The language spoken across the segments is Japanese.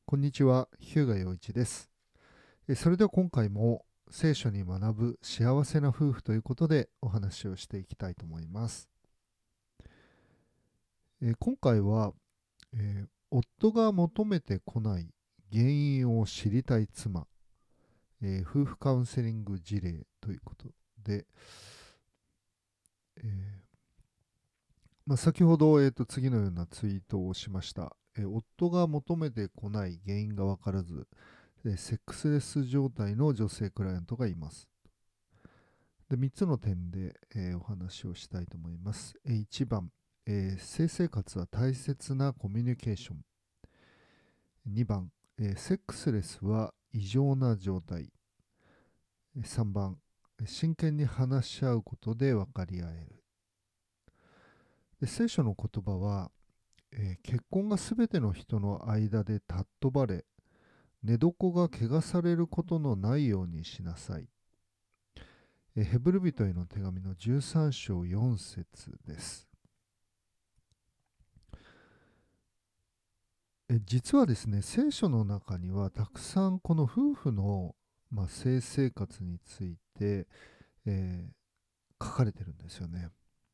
こんにちは、日向陽一です。それでは今回も聖書に学ぶ幸せな夫婦ということでお話をしていきたいと思います。今回は、夫が求めてこない原因を知りたい妻、夫婦カウンセリング事例ということで、えー先ほど、次のようなツイートをしました。夫が求めてこない原因が分からず、セックスレス状態の女性クライアントがいます。で3つの点で、お話をしたいと思います。1番、性生活は大切なコミュニケーション。2番、セックスレスは異常な状態。3番、真剣に話し合うことで分かり合える。で聖書の言葉は、結婚がすべての人の間で尊ばれ、寝床が汚されることのないようにしなさい。ヘブル人への手紙の13章4節です。実はですね、聖書の中にはたくさんこの夫婦の、性生活について、書かれてるんですよね。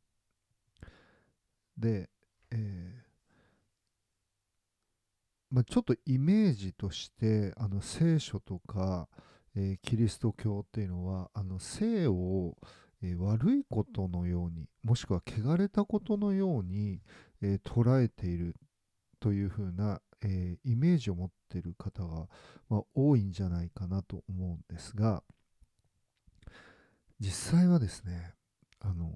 で、えーちょっとイメージとして聖書とか、キリスト教っていうのは性を、悪いことのようにもしくは汚れたことのように、捉えているというふうな、イメージを持っている方が、多いんじゃないかなと思うんですが、実際はですね、あの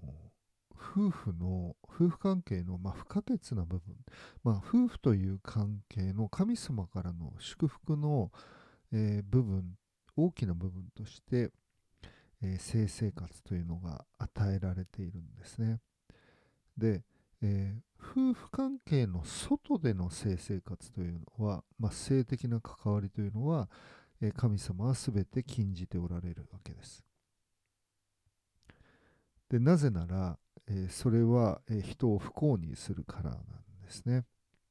夫婦関係の、不可欠な部分、夫婦という関係の神様からの祝福の、部分、大きな部分として、性生活というのが与えられているんですね。で、夫婦関係の外での性生活というのは、性的な関わりというのは、神様は全て禁じておられるわけです。でなぜなら、それは、人を不幸にするからなんですね。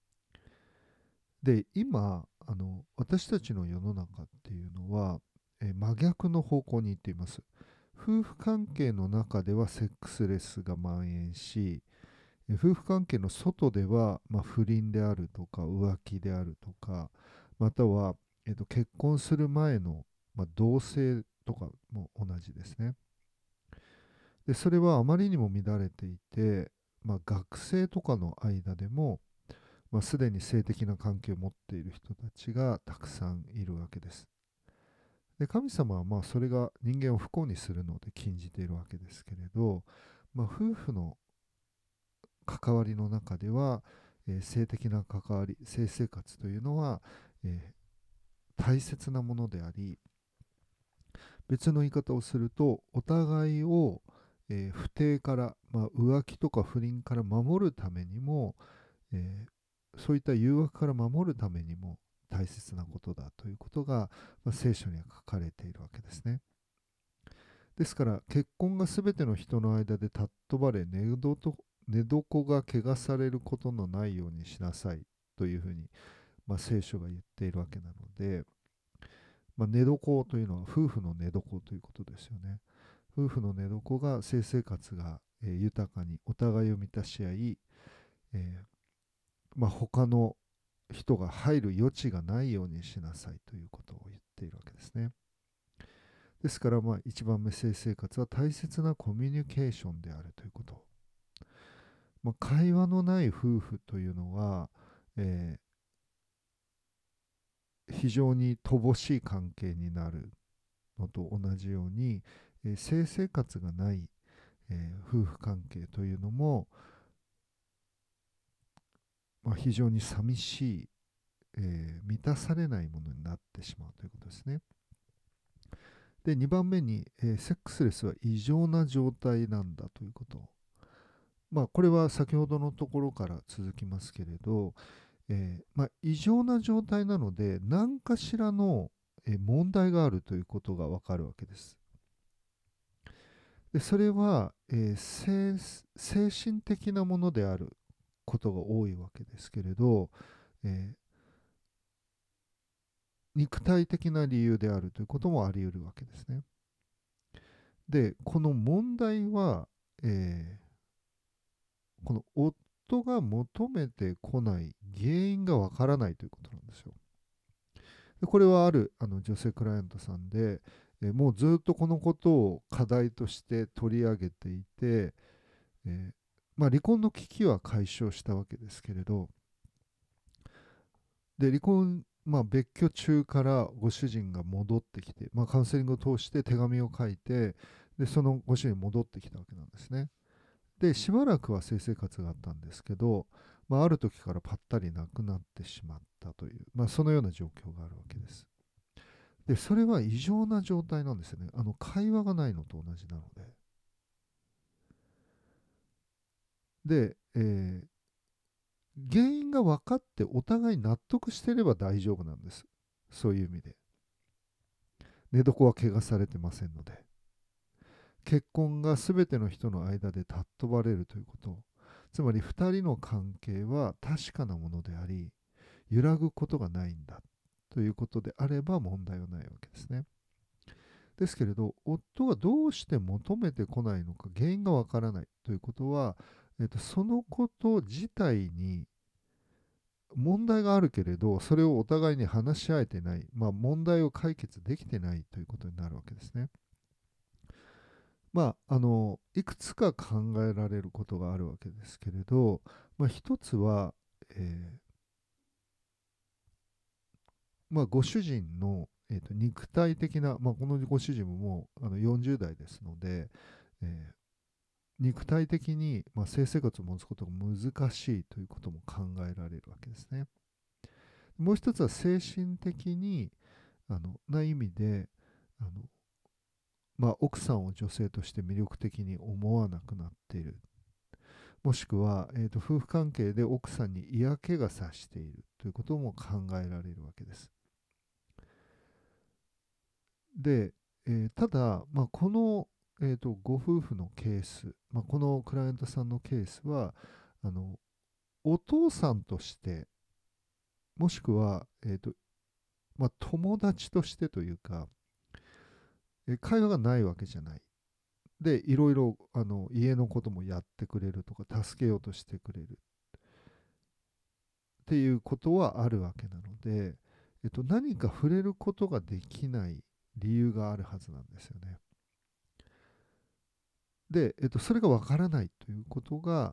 で今私たちの世の中っていうのは、真逆の方向に行っています。夫婦関係の中ではセックスレスが蔓延し、夫婦関係の外では、不倫であるとか浮気であるとか、または、結婚する前の、同棲とかも同じですね。でそれはあまりにも乱れていて、学生とかの間でも、すでに性的な関係を持っている人たちがたくさんいるわけです。で神様はそれが人間を不幸にするので禁じているわけですけれど、夫婦の関わりの中では、性的な関わり、性生活というのは、大切なものであり、別の言い方をすると、お互いを、不貞から、浮気とか不倫から守るためにも、そういった誘惑から守るためにも大切なことだということが、聖書には書かれているわけですね。ですから結婚が全ての人の間で尊ばれ、寝床が汚されることのないようにしなさいというふうに、聖書が言っているわけなので、寝床というのは夫婦の寝床ということですよね。夫婦の寝床が性生活が、豊かにお互いを満たし合い、え他の人が入る余地がないようにしなさいということを言っているわけですね。ですから、一番目、性生活は大切なコミュニケーションであるということ。会話のない夫婦というのは、え非常に乏しい関係になるのと同じように、性生活がない、夫婦関係というのも、非常に寂しい、満たされないものになってしまうということですね。で、2番目に、セックスレスは異常な状態なんだということ。これは先ほどのところから続きますけれど、異常な状態なので、何かしらの問題があるということがわかるわけです。でそれは、精神的なものであることが多いわけですけれど、え肉体的な理由であるということもあり得るわけですね。で、この問題は、この夫が求めてこない原因がわからないということなんですよ。でこれはある女性クライアントさんで、もうずっとこのことを課題として取り上げていて、離婚の危機は解消したわけですけれど、で離婚、別居中からご主人が戻ってきて、カウンセリングを通して手紙を書いて、でそのご主人戻ってきたわけなんですね。でしばらくは性生活があったんですけど、ある時からぱったりなくなってしまったという、そのような状況があるわけです。でそれは異常な状態なんですよね。会話がないのと同じなので。で、原因が分かってお互い納得していれば大丈夫なんです。そういう意味で。寝床は怪我されてませんので。結婚が全ての人の間で尊ばれるということ。つまり2人の関係は確かなものであり、揺らぐことがないんだということであれば問題はないわけですね。ですけれど、夫がどうして求めてこないのか原因がわからないということは、そのこと自体に問題があるけれど、それをお互いに話し合えてない、問題を解決できてないということになるわけですね。いくつか考えられることがあるわけですけれど、一つは、ご主人の、肉体的な、このご主人ももう40代ですので、えー肉体的に、性生活を持つことが難しいということも考えられるわけですね。もう一つは精神的にな意味であの、奥さんを女性として魅力的に思わなくなっている、もしくは、夫婦関係で奥さんに嫌気がさしているということも考えられるわけです。で、ただ、この、ご夫婦のケース、このクライアントさんのケースはあのお父さんとして、もしくは、友達としてというか、会話がないわけじゃない。で、いろいろ家のこともやってくれるとか、助けようとしてくれるっていうことはあるわけなので、何か触れることができない理由があるはずなんですよね。で、それがわからないということが、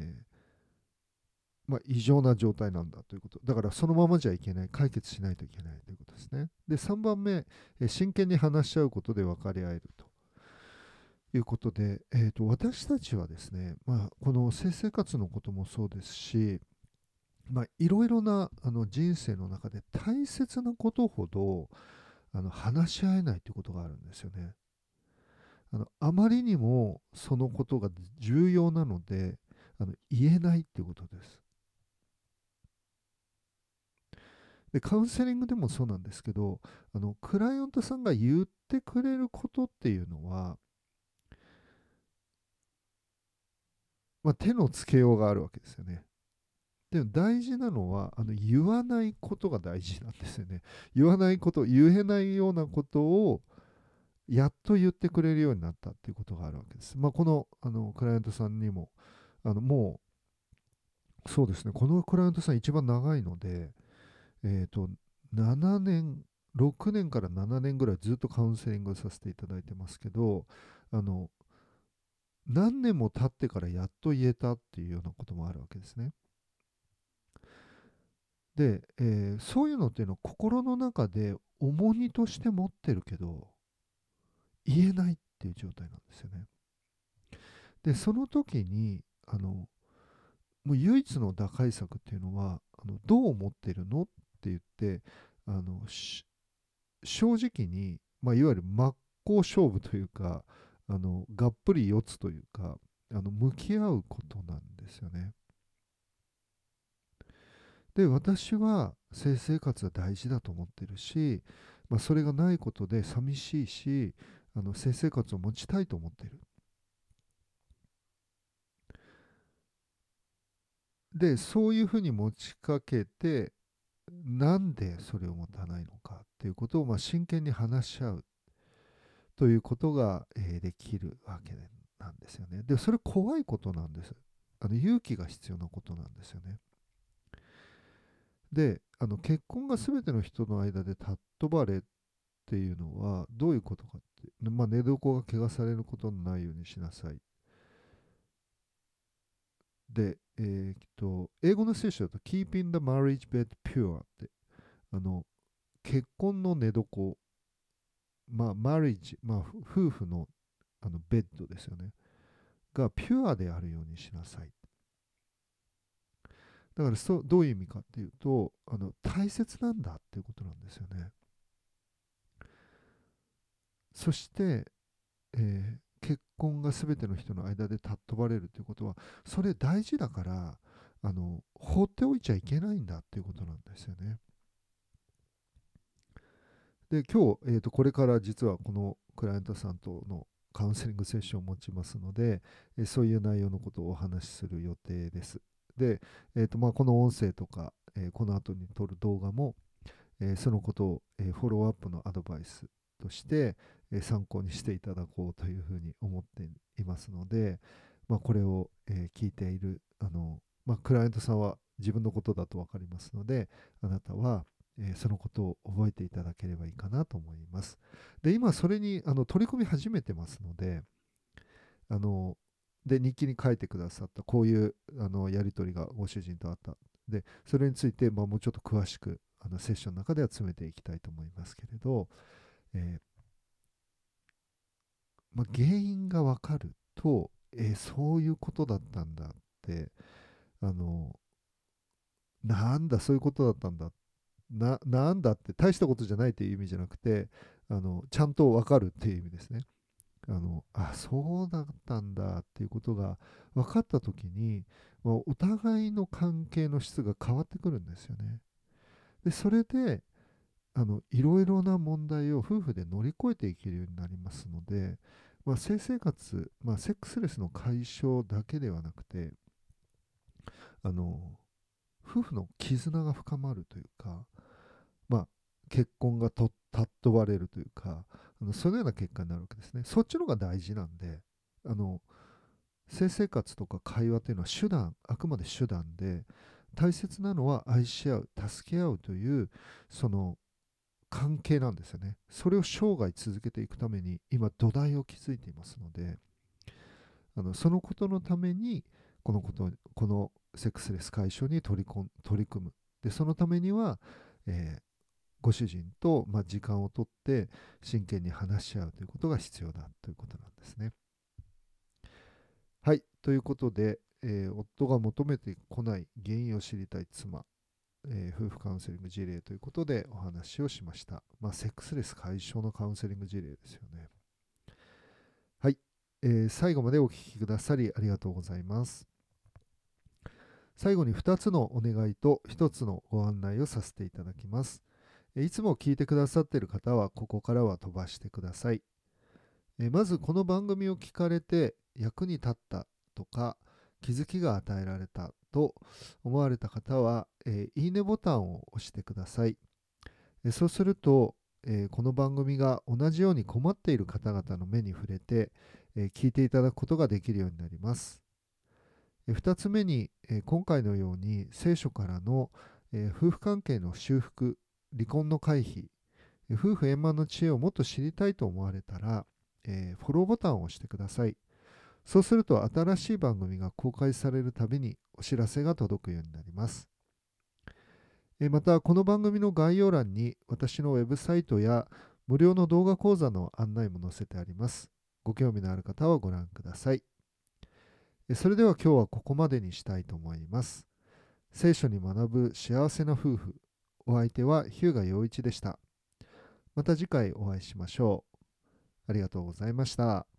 異常な状態なんだということ。だからそのままじゃいけない。解決しないといけないということですね。で、3番目、真剣に話し合うことで分かり合えるということで、私たちはですね、この性生活のこともそうですし、いろいろな人生の中で大切なことほど話し合えないということがあるんですよね。あまりにもそのことが重要なので言えないっていうことです。で、カウンセリングでもそうなんですけど、クライアントさんが言ってくれることっていうのは、手のつけようがあるわけですよね。でも大事なのは、言わないことが大事なんですよね。言わないこと、言えないようなことを、やっと言ってくれるようになったっていうことがあるわけです。この、クライアントさんにも、もう、そうですね、このクライアントさん一番長いので、7年、6年から7年ぐらいずっとカウンセリングをさせていただいてますけど、あの、何年も経ってからやっと言えたっていうようなこともあるわけですね。で、そういうのっていうのは心の中で重荷として持ってるけど、言えないっていう状態なんですよね。で、その時に、もう唯一の打開策っていうのは、どう思ってるのって言って、あの、正直に、いわゆる真っ向勝負というか、がっぷり四つというか、向き合うことなんですよね。で、私は性生活は大事だと思ってるし、それがないことで寂しいし、性生活を持ちたいと思ってる。で、そういうふうに持ちかけて、 なんでそれを持たないのかっていうことを真剣に話し合うということが、できるわけなんですよね。で、それ怖いことなんです。勇気が必要なことなんですよね。で、結婚が全ての人の間で尊ばれっていうのはどういうことかって、寝床が怪我されることのないようにしなさい。で、英語の聖書だと Keeping the marriage bed pure って、あの、結婚の寝床、マリッジ、夫婦のベッドですよね。がピュアであるようにしなさい。だからどういう意味かっていうと、大切なんだっていうことなんですよね。そして、結婚が全ての人の間で尊ばれるということは、それ大事だから、放っておいちゃいけないんだっていうことなんですよね。で、今日、これから実はこのクライアントさんとのカウンセリングセッションを持ちますので、そういう内容のことをお話しする予定です。で、この音声とか、この後に撮る動画も、そのことを、フォローアップのアドバイスとして、参考にしていただこうというふうに思っていますので、これを、聞いているクライアントさんは自分のことだと分かりますので、あなたは、そのことを覚えていただければいいかなと思います。で、今それに取り組み始めてますので、あの日記に書いてくださったこういうやり取りがご主人とあった。で、それについて、もうちょっと詳しくセッションの中では詰めていきたいと思いますけれど、え原因がわかると、そういうことだったんだって、あのなんだ、そういうことだったんだ、なんだって大したことじゃないという意味じゃなくて、ちゃんとわかるっていう意味ですね。そうだったんだっていうことが分かった時に、お互いの関係の質が変わってくるんですよね。で、それで、いろいろな問題を夫婦で乗り越えていけるようになりますので、性生活、セックスレスの解消だけではなくて、あの、夫婦の絆が深まるというか、まあ、結婚が尊ばれるというか、そのような結果になるわけですね。そっちの方が大事なんで、あの、性生活とか会話というのは手段、あくまで手段で、大切なのは愛し合う、助け合うという、その関係なんですよね。それを生涯続けていくために、今土台を築いていますので、そのことのために、このセックスレス解消に取り組む。で、そのためには、えーご主人と、時間をとって真剣に話し合うということが必要だということなんですね。はい。ということで、夫が求めてこない原因を知りたい妻、夫婦カウンセリング事例ということでお話をしました。セックスレス解消のカウンセリング事例ですよね。はい。最後までお聞きくださりありがとうございます。最後に2つのお願いと1つのご案内をさせていただきます。いつも聞いてくださっている方は、ここからは飛ばしてください。まず、この番組を聞かれて役に立ったとか、気づきが与えられたと思われた方は、いいねボタンを押してください。そうすると、この番組が同じように困っている方々の目に触れて、聞いていただくことができるようになります。2つ目に、今回のように聖書からの、夫婦関係の修復、離婚の回避、夫婦円満の知恵をもっと知りたいと思われたら、フォローボタンを押してください。そうすると新しい番組が公開されるたびにお知らせが届くようになります。また、この番組の概要欄に私のウェブサイトや無料の動画講座の案内も載せてあります。ご興味のある方はご覧ください。それでは今日はここまでにしたいと思います。聖書に学ぶ幸せな夫婦。お相手は日向陽一でした。また次回お会いしましょう。ありがとうございました。